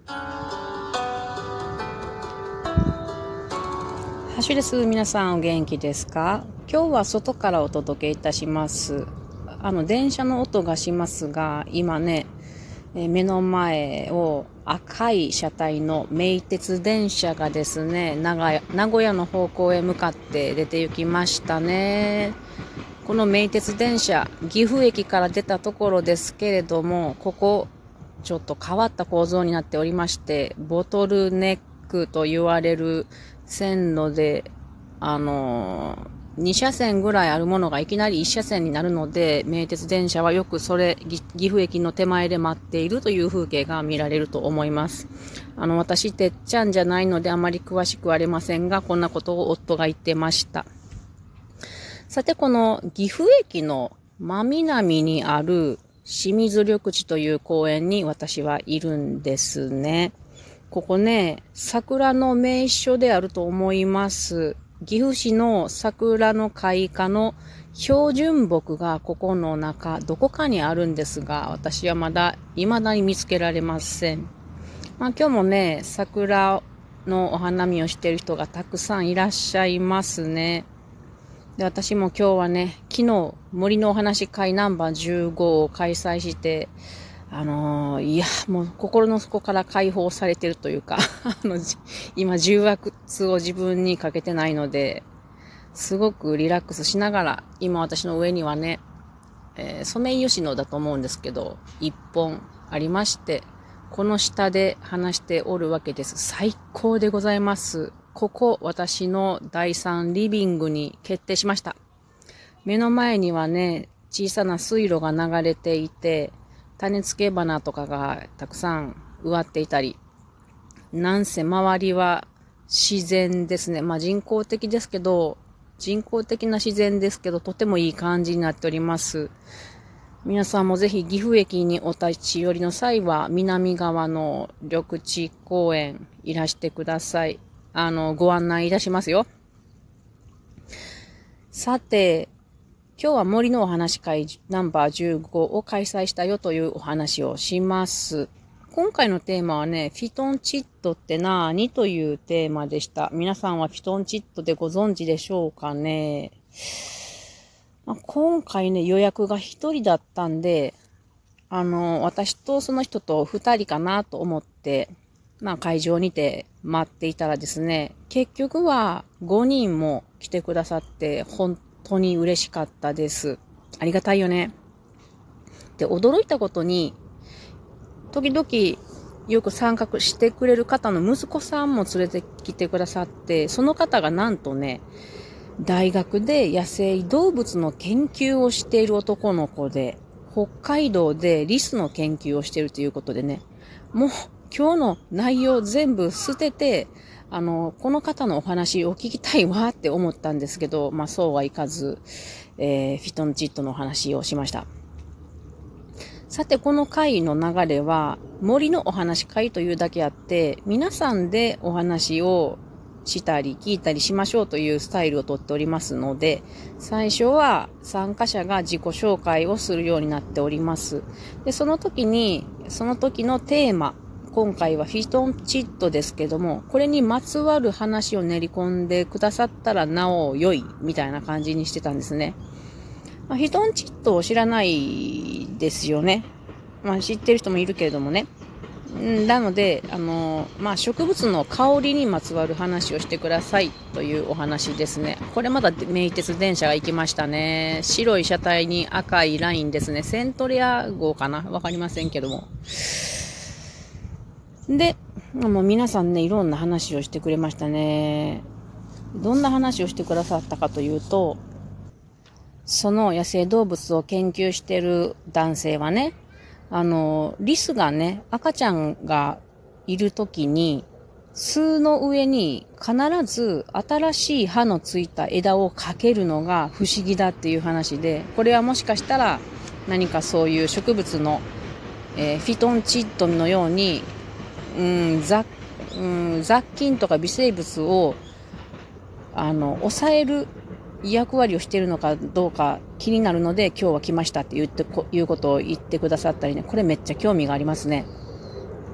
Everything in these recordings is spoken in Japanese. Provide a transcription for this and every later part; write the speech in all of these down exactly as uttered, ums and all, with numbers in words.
ハッシュです。皆さんお元気ですか？今日は外からお届けいたします。あの電車の音がしますが、今ね、え目の前を赤い車体の名鉄電車がですね、名古屋の方向へ向かって出て行きましたね。この名鉄電車、岐阜駅から出たところですけれども、ここちょっと変わった構造になっておりまして、ボトルネックと言われる線路で、あのー、に車線ぐらいあるものがいきなりいち車線になるので、名鉄電車はよくそれ、岐阜駅の手前で待っているという風景が見られると思います。あの、私、てっちゃんじゃないのであまり詳しくありませんが、こんなことを夫が言ってました。さて、この岐阜駅の真南にある清水緑地という公園に私はいるんですね。ここね、桜の名所であると思います。岐阜市の桜の開花の標準木がここの中、どこかにあるんですが、私はまだ未だに見つけられません。まあ、今日もね、桜のお花見をしている人がたくさんいらっしゃいますね。で、私も今日はね、昨日森のお話会ナンバーじゅうごを開催して、あのー、いや、もう心の底から解放されてるというか、あの、今重圧を自分にかけてないので、すごくリラックスしながら、今私の上にはね、えー、ソメイヨシノだと思うんですけど、一本ありまして、この下で話しておるわけです。最高でございます。ここ、私のだいさんリビングに決定しました。目の前にはね、小さな水路が流れていて、種付け花とかがたくさん植わっていたり、なんせ周りは自然ですね。まあ人工的ですけど、人工的な自然ですけど、とてもいい感じになっております。皆さんもぜひ岐阜駅にお立ち寄りの際は、南側の緑地公園いらしてください。あの、ご案内いたしますよ。さて、今日は森のお話会ナンバーじゅうごを開催したよというお話をします。今回のテーマはね、フィトンチッドってなーにというテーマでした。皆さんはフィトンチッドでご存知でしょうかね。まあ、今回ね、予約がひとりだったんで、あの、私とその人とふたりかなと思って、まあ会場にて待っていたらですね、結局はごにんも来てくださって、本当に嬉しかったです。ありがたいよね。で、驚いたことに、時々よく参画してくれる方の息子さんも連れてきてくださって、その方がなんとね、大学で野生動物の研究をしている男の子で、北海道でリスの研究をしているということでね、もう今日の内容全部捨てて、あの、この方のお話を聞きたいわって思ったんですけど、まあそうはいかず、えー、フィトンチッドのお話をしました。さて、この回の流れは、森のお話会というだけあって、皆さんでお話をしたり聞いたりしましょうというスタイルをとっておりますので、最初は参加者が自己紹介をするようになっております。で、その時に、その時のテーマ、今回はフィトンチッドですけども、これにまつわる話を練り込んでくださったらなお良いみたいな感じにしてたんですね。まあ、フィトンチッドを知らないですよね。まあ知ってる人もいるけれどもね。なので、あの、まあ植物の香りにまつわる話をしてくださいというお話ですね。これまだ名鉄電車が行きましたね。白い車体に赤いラインですね。セントレア号かな？わかりませんけども。で、もう皆さんね、いろんな話をしてくれましたね。どんな話をしてくださったかというと、その野生動物を研究している男性はね、あの、リスがね、赤ちゃんがいるときに、巣の上に必ず新しい葉のついた枝をかけるのが不思議だっていう話で、これはもしかしたら何かそういう植物の、えー、フィトンチッドのように、うん、雑、うん、雑菌とか微生物をあの抑える役割をしているのかどうか気になるので、今日は来ましたって言ってこいうことを言ってくださったりね、これめっちゃ興味がありますね。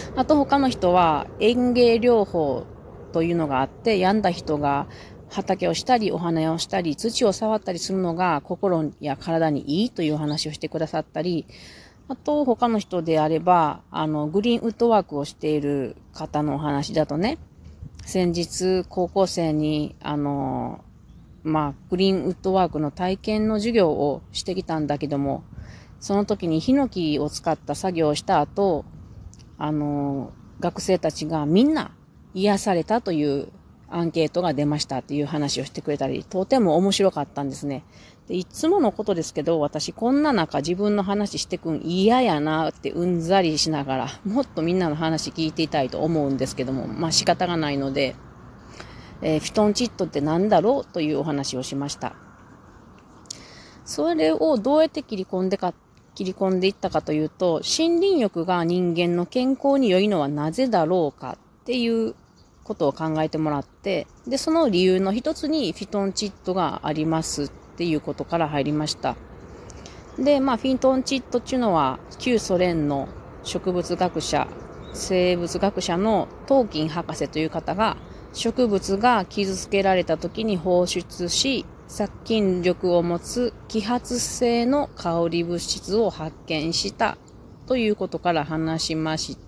あと他の人は園芸療法というのがあって、病んだ人が畑をしたり、お花をしたり、土を触ったりするのが心や体にいいという話をしてくださったり、あと他の人であれば、あの、グリーンウッドワークをしている方のお話だとね、先日高校生に、あの、まあ、グリーンウッドワークの体験の授業をしてきたんだけども、その時にヒノキを使った作業をした後、あの、学生たちがみんな癒されたというアンケートが出ましたっていう話をしてくれたり、とても面白かったんですね。で、いつものことですけど、私こんな中自分の話してくん嫌やなってうんざりしながら、もっとみんなの話聞いていたいと思うんですけども、まあ仕方がないので、えー、フィトンチッドって何だろうというお話をしました。それをどうやって切り込んでか、切り込んでいったかというと、森林浴が人間の健康に良いのはなぜだろうかっていうことを考えてもらって、で、その理由の一つにフィトンチッドがありますっていうことから入りました。で、まあ、フィトンチッドっていうのは、旧ソ連の植物学者、生物学者のトーキン博士という方が、植物が傷つけられた時に放出し、殺菌力を持つ揮発性の香り物質を発見したということから話しまして、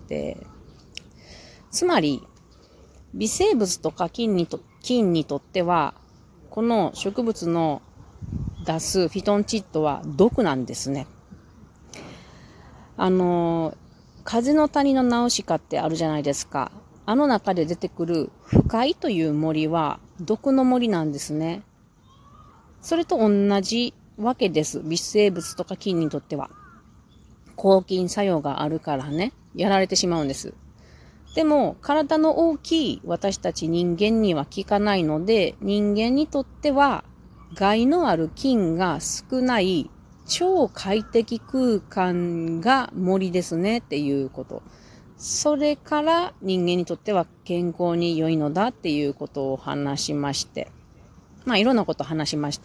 つまり、微生物とか菌にと、菌にとっては、この植物の出すフィトンチッドは毒なんですね。あの、風の谷のナウシカってあるじゃないですか。あの中で出てくる腐海という森は毒の森なんですね。それと同じわけです。微生物とか菌にとっては。抗菌作用があるからね、やられてしまうんです。でも、体の大きい私たち人間には効かないので、人間にとっては害のある菌が少ない超快適空間が森ですねっていうこと。それから人間にとっては健康に良いのだっていうことを話しまして。まあいろんなこと話しました。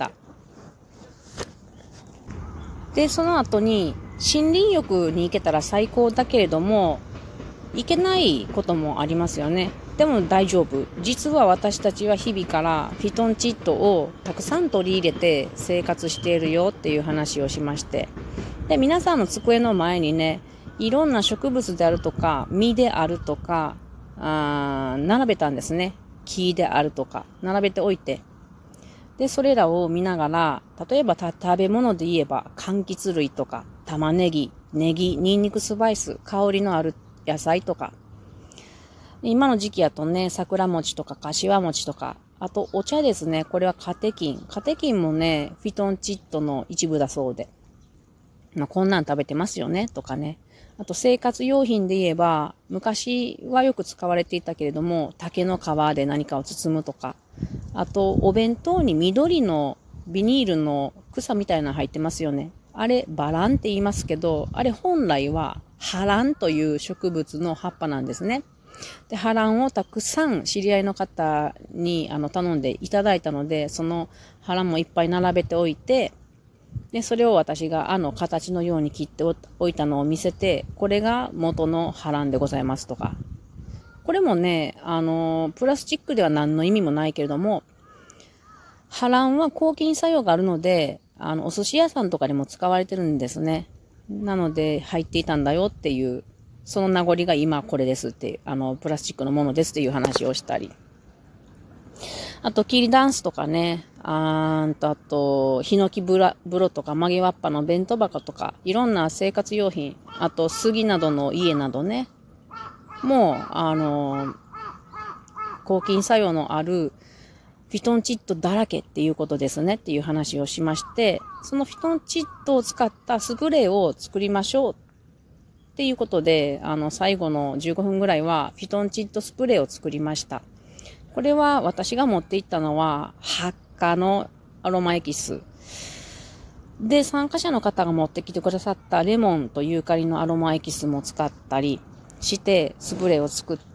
で、その後に森林浴に行けたら最高だけれども、行けないこともありますよね。でも大丈夫。実は私たちは日々からフィトンチッドをたくさん取り入れて生活しているよっていう話をしまして。で、皆さんの机の前にね、いろんな植物であるとか、実であるとか、あー並べたんですね。木であるとか、並べておいて。で、それらを見ながら、例えばた食べ物で言えば、柑橘類とか、玉ねぎ、ネギ、ニンニクスパイス、香りのある野菜とか。今の時期やとね、桜餅とか柏餅とか、あとお茶ですね。これはカテキン。カテキンもね、フィトンチッドの一部だそうで。まあ、こんなん食べてますよね、とかね。あと生活用品で言えば、昔はよく使われていたけれども、竹の皮で何かを包むとか。あと、お弁当に緑のビニールの草みたいなの入ってますよね。あれ、バランって言いますけど、あれ本来はハランという植物の葉っぱなんですね。で、ハランをたくさん知り合いの方にあの頼んでいただいたので、そのハランもいっぱい並べておいて、で、それを私があの形のように切っておいたのを見せて、これが元のハランでございますとか。これもね、あの、プラスチックでは何の意味もないけれども、ハランは抗菌作用があるので、あの、お寿司屋さんとかにも使われてるんですね。なので、入っていたんだよっていう、その名残が今これですっていう、あの、プラスチックのものですっていう話をしたり。あと、キリダンスとかね、あーんと、あと、ヒノキブラ、ブロとか、曲げわっぱの弁当箱とか、いろんな生活用品、あと、杉などの家などね、もう、あの、抗菌作用のあるフィトンチッドだらけっていうことですねっていう話をしまして、そのフィトンチッドを使ったスプレーを作りましょうっていうことで、あの、最後のじゅうごふんぐらいはフィトンチッドスプレーを作りました。これは私が持っていったのは、ハッカのアロマエキス。で、参加者の方が持ってきてくださったレモンとユーカリのアロマエキスも使ったりして、スプレーを作って、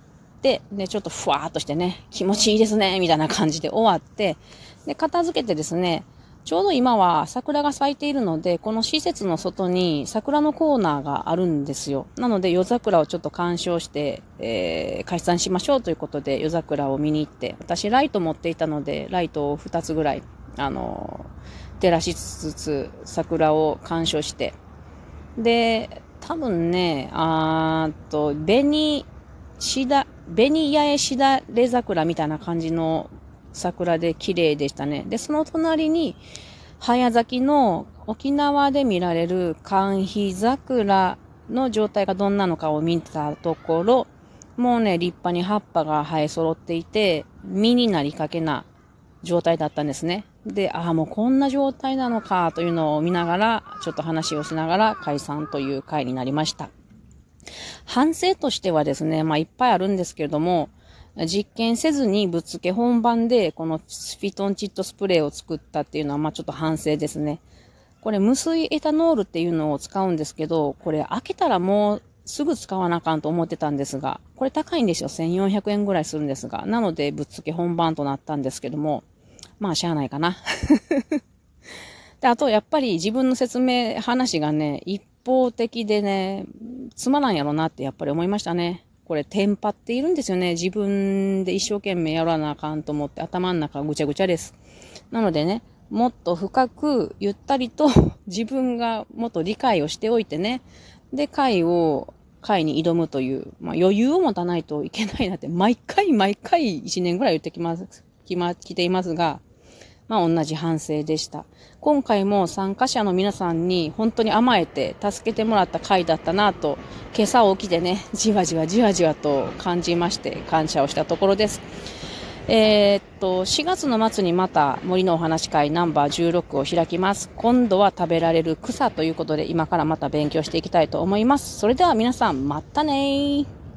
で、ちょっとふわーっとしてね、気持ちいいですね、みたいな感じで終わって、で、片付けてですね、 ちょうど今は桜が咲いているので、この施設の外に桜のコーナーがあるんですよ。なので夜桜をちょっと鑑賞して、えー、解散しましょうということで夜桜を見に行って、私ライト持っていたので、ライトをふたつぐらい、あのー、照らしつつ桜を鑑賞して、で、多分ね、あーと、紅しだ、紅八重しだれ桜みたいな感じの桜で綺麗でしたね。で、その隣に、早咲きの沖縄で見られる寒肥桜の状態がどんなのかを見たところ、もうね、立派に葉っぱが生え揃っていて、実になりかけな状態だったんですね。で、ああ、もうこんな状態なのかというのを見ながら、ちょっと話をしながら解散という回になりました。反省としてはですね、まあいっぱいあるんですけれども、実験せずにぶっつけ本番でこのスフィトンチッドスプレーを作ったっていうのはまあちょっと反省ですね。これ無水エタノールっていうのを使うんですけど、これ開けたらもうすぐ使わなあかんと思ってたんですが、これ高いんですよ。せんよんひゃくえんぐらいするんですが、なのでぶっつけ本番となったんですけども、まあしゃあないかな。で、あとやっぱり自分の説明話がね、一方的でね、つまらんやろなってやっぱり思いましたね。これ、テンパっているんですよね。自分で一生懸命やらなあかんと思って頭の中ぐちゃぐちゃです。なのでね、もっと深くゆったりと自分がもっと理解をしておいてね。で、会を、会に挑むという、まあ余裕を持たないといけないなって毎回毎回いちねんぐらい言ってきます、きま、来ていますが、まあ同じ反省でした。今回も参加者の皆さんに本当に甘えて助けてもらった回だったなと、今朝起きてね、じわじわじわじわと感じまして感謝をしたところです。えー、っと、しがつの末にまた森のお話会ナンバーじゅうろくを開きます。今度は食べられる草ということで今からまた勉強していきたいと思います。それでは皆さん、またねー。